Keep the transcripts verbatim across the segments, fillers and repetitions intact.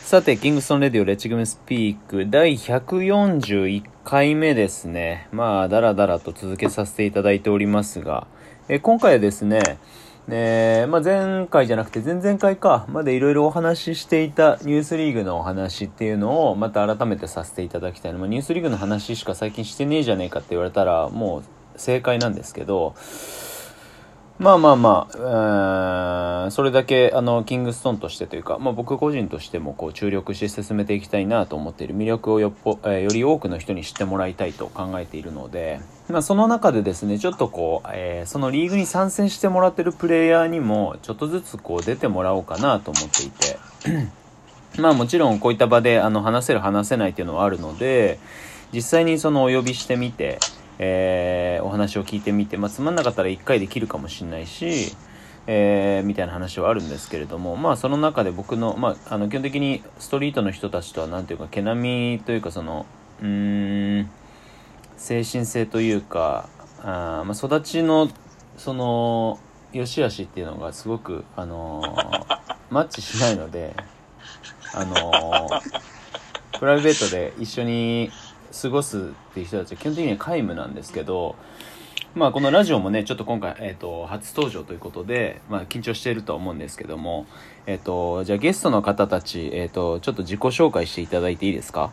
さて、キングストンレディオレッチグムスピーク第ひゃくよんじゅういっかいめですね。まあ、だらだらと続けさせていただいておりますが、え今回はですね、えーまあ、前回じゃなくて前々回かまでいろいろお話ししていたニュースリーグのお話っていうのをまた改めてさせていただきたいの、まあ、ニュースリーグの話しか最近してねえじゃねえかって言われたらもう正解なんですけど、まあまあまあ、うーんそれだけあのキングストンとしてというか、まあ、僕個人としてもこう注力して進めていきたいなと思っている魅力をよっぽ、えー、より多くの人に知ってもらいたいと考えているので、まあ、その中でですねちょっとこう、えー、そのリーグに参戦してもらってるプレイヤーにもちょっとずつこう出てもらおうかなと思っていてまあもちろんこういった場であの話せる話せないっていうのはあるので、実際にそのお呼びしてみてえー、お話を聞いてみて、まあ、つまんなかったらいっかいできるかもしれないし、えー、みたいな話はあるんですけれども、まあその中で僕の、まあ、あの基本的にストリートの人たちとはなんていうか毛並みというかそのうーん精神性というかあ、まあ、育ちのその良し悪しっていうのがすごく、あのー、マッチしないので、あのー、プライベートで一緒に過ごすっていう人たちは基本的には皆無なんですけど、まあこのラジオもねちょっと今回、えー、と初登場ということで、まあ、緊張しているとは思うんですけども、えー、とじゃあゲストの方たち、えー、とちょっと自己紹介していただいていいですか？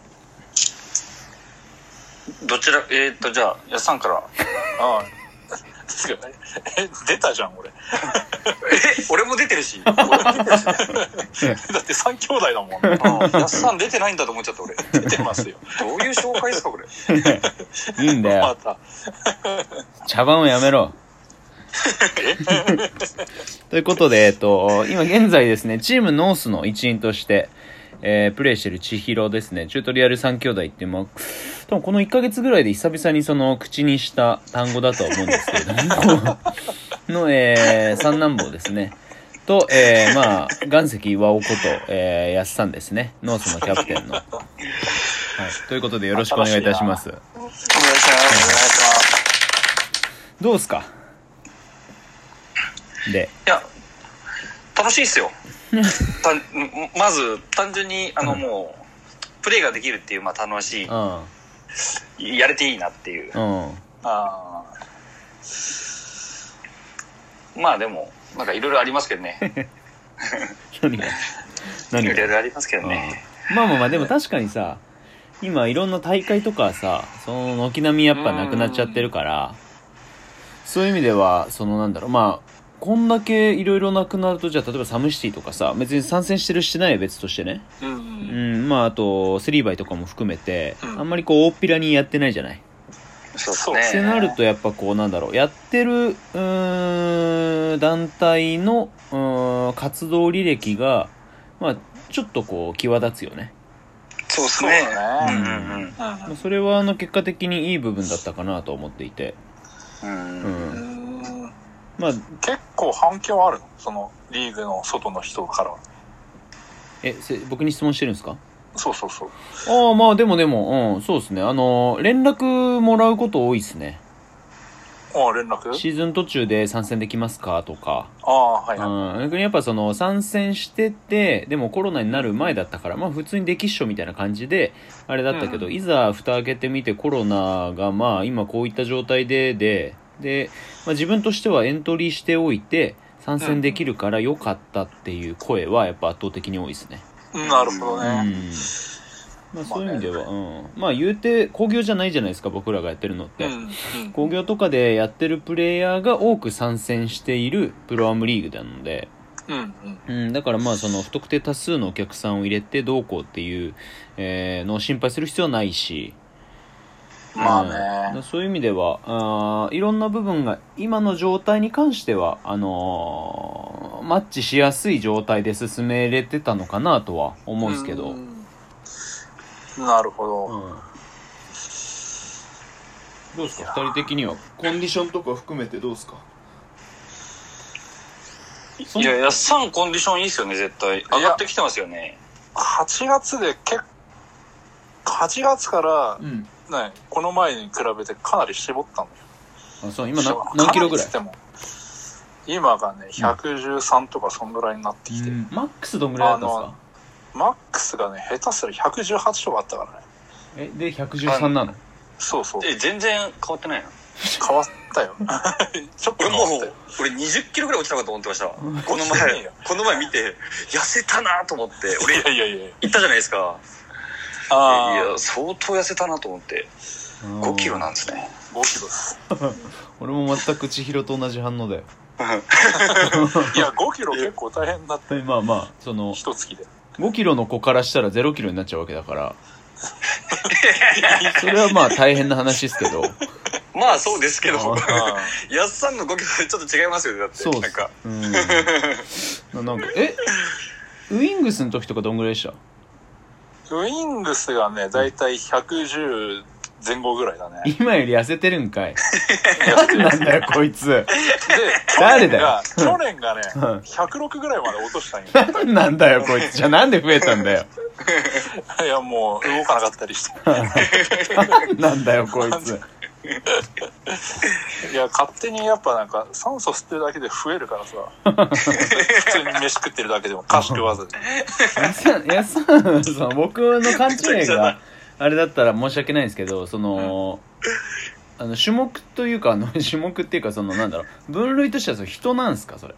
どちらえー、っとじゃあやっさんからああえ出たじゃん俺え俺も出てるし俺も出てるしだって三兄弟だもんね。 あやっさん出てないんだと思っちゃった俺。 出てますよ。 どういう紹介ですかこれいいんだよまた茶番をやめろということで、えっと、今現在ですねチームノースの一員として、えー、プレイしてる千尋ですね、チュートリアル三兄弟っていう、まあ、多分このいっかげつぐらいで久々にその口にした単語だとは思うんですけれどもの、えー、三男坊ですねと、えー、まあ岩石岩尾こと、えー、やっさんですね、ノースのキャプテンの、はい、ということでよろしくお願いいたします。 お願いします。お願いします。 どうですか？でいや楽しいっすよたまず単純にあの、うん、もうプレイができるっていう、まあ、楽しい、うん、やれていいなっていう、うん、あまあでもなんかいろいろありますけどね何が何がいろいろありますけどね。 まあまあまあでも確かにさ今いろんな大会とかさその軒並みやっぱなくなっちゃってるから、そういう意味ではそのなんだろう、まあこんだけいろいろなくなると、じゃあ例えばサムシティとかさ別に参戦してるしてないは別としてね、うん、うん、まああとスリーバイとかも含めて、うん、あんまりこう大っぴらにやってないじゃない。 そうですね。 ってなるとやっぱこうなんだろう、やってるうーん団体のうーん活動履歴がまあちょっとこう際立つよね。 そうですね。 うんうんうん、まあ、それはあの結果的にいい部分だったかなと思っていて、うん、 うんまあ、結構反響あるの？そのリーグの外の人から。 え、せ僕に質問してるんですか？ そうそうそう。 ああ、まあでもでも、うん、そうですね。あの連絡もらうこと多いですね。 ああ、連絡？ シーズン途中で参戦できますかとか。 ああ、はいはい。 うん、逆にやっぱその参戦してて、でもコロナになる前だったから、まあ普通にできっしょみたいな感じであれだったけど、うん、いざ蓋開けてみてコロナがまあ今こういった状態でで。で、まあ、自分としてはエントリーしておいて参戦できるから良かったっていう声はやっぱ圧倒的に多いですね。 なるほどね。 うんまあ、そういう意味では、まあね、うん、まあ言うて興行じゃないじゃないですか僕らがやってるのって、うんうん、興行とかでやってるプレイヤーが多く参戦しているプロアムリーグなので、うんうんうん、だからまあその不特定多数のお客さんを入れてどうこうっていう、えー、のを心配する必要はないし、 まあね、 うん、そういう意味ではあいろんな部分が今の状態に関してはあのー、マッチしやすい状態で進めれてたのかなとは思うんですけど、うん、 なるほど、うん、 どうですかふたり的にはコンディションとか含めてどうですか？ いややっさんコンディションいいっすよね。絶対上がってきてますよね。 はちがつで結構はちがつから、うんね、この前に比べてかなり絞ったのよ。 あ、そう、今な何キロぐらい？ 今がねひゃくじゅうさんとかそんぐらいになってきて、うん、 マックスどんぐらいだったんですか？ マックスがね下手すらひゃくじゅうはちとかあったからね。 えでひゃくじゅうさんなの？ そうそう。 え全然変わってないの？ 変わったよ。ちょっと変わったよ。 俺にじゅっキロぐらい落ちたかと思ってました。この前この前見て痩せたなと思って、俺いやいやいや言ったじゃないですか。あいや相当痩せたなと思って。ごキロなんですね。 ごキロです。 俺も全く千尋と同じ反応だよ。 いやごキロ結構大変だった。 まあまあその一月でごキロの子からしたらゼロキロになっちゃうわけだからそれはまあ大変な話ですけどまあそうですけどやっさんのごキロでちょっと違いますよね。だってそうなんかうんなんかえウィングスの時とかどんぐらいでした？ ウィングスがねだいたいひゃくじゅう前後ぐらいだね。 今より痩せてるんかい。何なんだよこいつ。で誰だよ。去年がねひゃくろくぐらいまで落としたんよ。 何なんだよこいつ。じゃあなんで増えたんだよ。 いやもう動かなかったりして。 何なんだよこいつ。 いや勝手にやっぱなんか酸素吸ってるだけで増えるからさ。普通に飯食ってるだけでも可食わずに。 いやさその僕の勘違いがあれだったら申し訳ないんですけど、その、うん、あの種目というかあの種目っていうかそのなんだろう分類としてはその人なんすかそれ。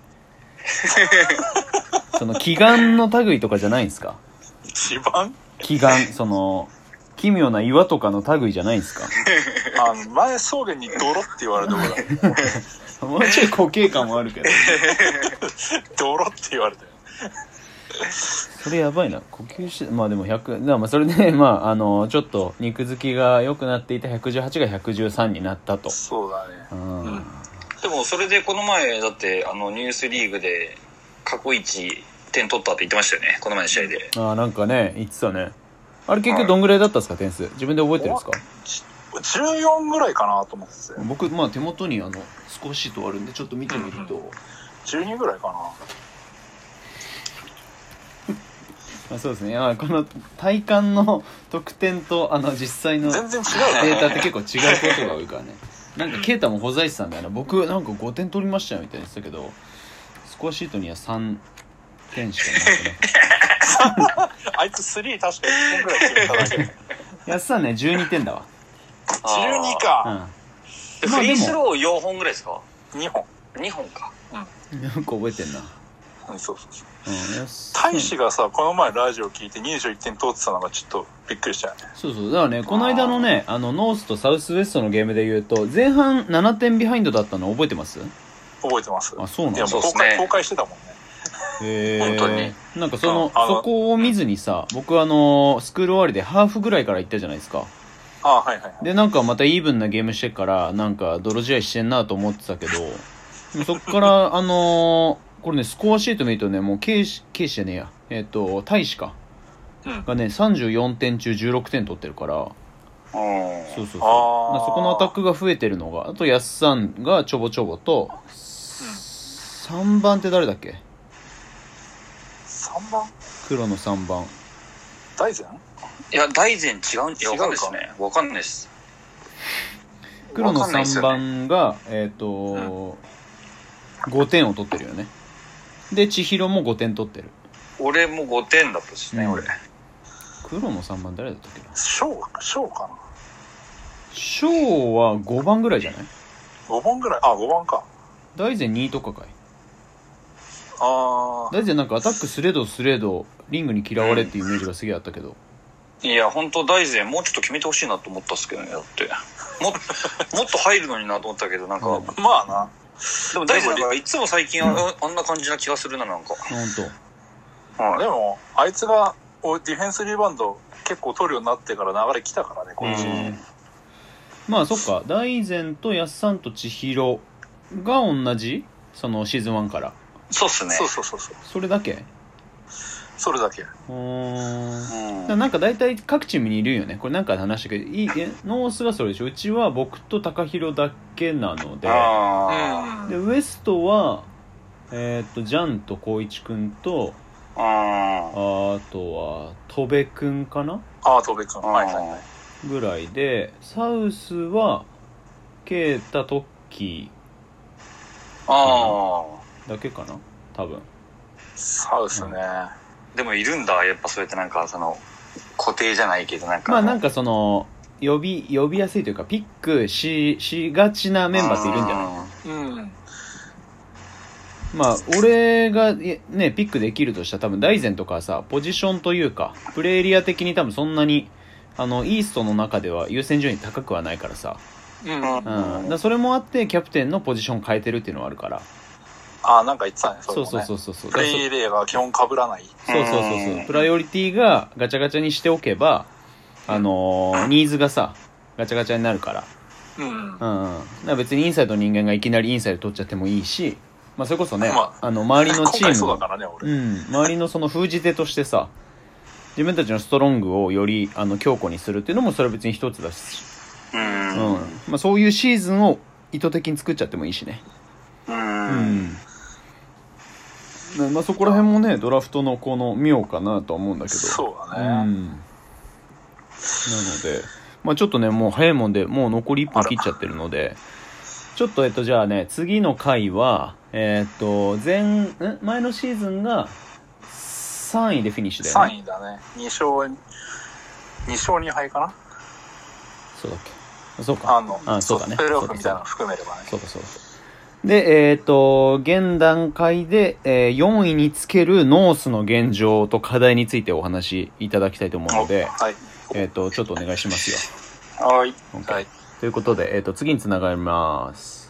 その奇岩の類とかじゃないんですか？ 一番奇岩その奇妙な岩とかの類じゃないんですか？ あの前草原に泥って言われたことある。もうちょい固形感もあるけど。 泥って言われたよ。 それやばいな。呼吸してまあでもひゃくまあそれでまああのちょっと肉付きが良くなっていたひゃくじゅうはちがひゃくじゅうさんになったと。 そうだね。うん。 うん、でもそれでこの前だってあのニュースリーグで過去一点取ったって言ってましたよね。この前の試合で。 ああなんかね言ってたね。あれ結局どんぐらいだったんですか点数？自分で覚えてるんですか？ じゅうよんぐらいかなと思ってて。 僕まあ手元にあのスコアシートあるんでちょっと見てみると、うんうん、 じゅうにぐらいかな。 あそうですね。あこの体感の得点とあの実際のデ全然違うータって結構違うことが多いからね。なんかケイタもほざいてたんだよな。僕なんかごてん取りましたよみたいに言ってたけど、スコアシートにはさんてんしかなくね。 あいつスリー確かいっぽんぐらい決めただけで。 やつさんねじゅうにてんだわ。 じゅうにか。 うん、フリースローよんほんぐらいですか？ にほん。 にほんか。 うん。よく覚えてんな。 うん、そうそうそう。うん、大使がさこの前ラジオ聞いてにじゅういってん取ってたのがちょっとびっくりしたよね。 そうそうだからねこの間のねあのノースとサウスウエストのゲームで言うと前半ななてんビハインドだったの覚えてます？ 覚えてます。 あそうなんだ。 いやもう公開、公開してたもんね。 へえ本当になんかそのそこを見ずにさ僕あのスクール終わりでハーフぐらいから行ったじゃないですか。 あはいはい、はい、 でなんかまたイーブンなゲームしてからなんか泥試合してんなと思ってたけどそっからあのーこれねスコアシート見るとねもうケイシケイシじゃねえやえっ、ー、と大使か、うん、がねさんじゅうよんてん中じゅうろくてん取ってるから、そうそうそうあそこのアタックが増えてるのがあとヤッサンがちょぼちょぼと、うん、さんばんって誰だっけ？ さんばん黒のさんばん大然？ いや大然違うんいやわかんないですねわかんないです黒のさんばんが、ね、えっ、ー、と、うん、ごてんを取ってるよね。で千尋もごてん取ってる。 俺もごてんだったしね、うん、俺黒のさんばん誰だったっけな。 ショーショーかな。 ショーはごばんぐらいじゃない？ ごばんぐらいあごばんか。 大然にいとかかい。 あ大然なんかアタックスレードスレードリングに嫌われっていうイメージがすげえあったけど、 うん、いや本当大然もうちょっと決めてほしいなと思ったっすけどね。だっても, もっと入るのになと思ったけどなんか、うん、 まあなでも大然なんかいつも最近 あ,、うん、あんな感じな気がするななんか本当、はい、でもあいつがディフェンスリバウンド結構取るようになってから流れ来たからね今シーズン。 まあそっか大然とヤッサンと千尋が同じそのシーズンワンから。 そうっすね。 そうそうそうそう。 それだけ？ それだけ。 うーん。なんか大体各チームにいるよね。これなんか話したけど、いいノースがそれでしょ。うちは僕と高弘だけなので。 あでウエストはえっ、ー、とジャンと光一くんとああとは戸部くんかな。 ああ戸部くん。はいはいはい。 ぐらいでサウスはケイタトッキー。ああ。 だけかな多分。 サウスね、 でもいるんだ、やっぱそうやってなんかその固定じゃないけどなんかまあなんかその呼び呼びやすいというかピックししがちなメンバーっているんじゃない？ うん。 まあ俺がねピックできるとしたら多分大然とかさポジションというかプレーエリア的に多分そんなにあのイーストの中では優先順位高くはないからさ、 うん、 うん、だそれもあってキャプテンのポジション変えてるっていうのはあるから。 ああ、なんか言ってたね。 そうそうそうそうそう。 プレイエリアが基本被らない。 そうそうそうそう。プライオリティがガチャガチャにしておけば、あのー、ニーズがさガチャガチャになるから。 うん。うん。 だから別にインサイドの人間がいきなりインサイド取っちゃってもいいし、まあそれこそね、 まあ、 あの周りのチームそうだからね、俺。 うん、周りのその封じ手としてさ、自分たちのストロングをよりあの強固にするっていうのもそれは別に一つだし、 うん。 うん、まあそういうシーズンを意図的に作っちゃってもいいしね。 うん。 うんまあ、そこら辺もねドラフトのこの妙かなとは思うんだけど、 そうだね、 うん、なので、まあ、ちょっとねもう早いもんでもう残りいっぷん切っちゃってるのでちょっとえっとじゃあね次の回はえー、っと前ん前のシーズンがさんいでフィニッシュだよね。 さんいだね。に勝に勝に敗かな。 そうだっけ。そうか。 あのあそうだね。 プレーオフみたいなの含めればね。 そうだそうだ。で、えっと、現段階で、えー、よんいにつけるノースの現状と課題についてお話しいただきたいと思うので、 はい、 えっと、ちょっとお願いしますよ。 はい。 Okay. はい。ということで、えっと、次につながります。